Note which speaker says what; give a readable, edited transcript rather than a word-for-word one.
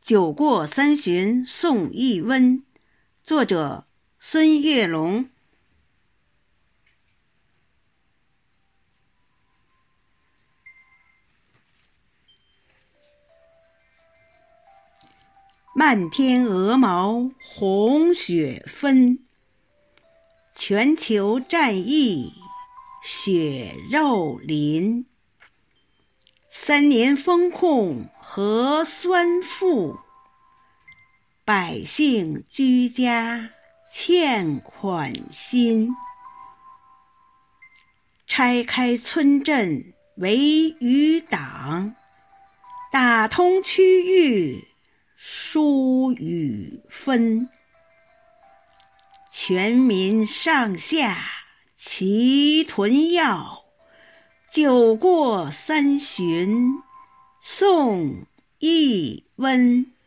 Speaker 1: 酒过三巡送一温，作者孙月龙。漫天鹅毛红雪纷，全球战役血肉淋。3年封控核酸负，百姓居家欠款心。拆开村镇为余党，打通区域疏与分。全民上下齐囤药，酒过三巡送一温。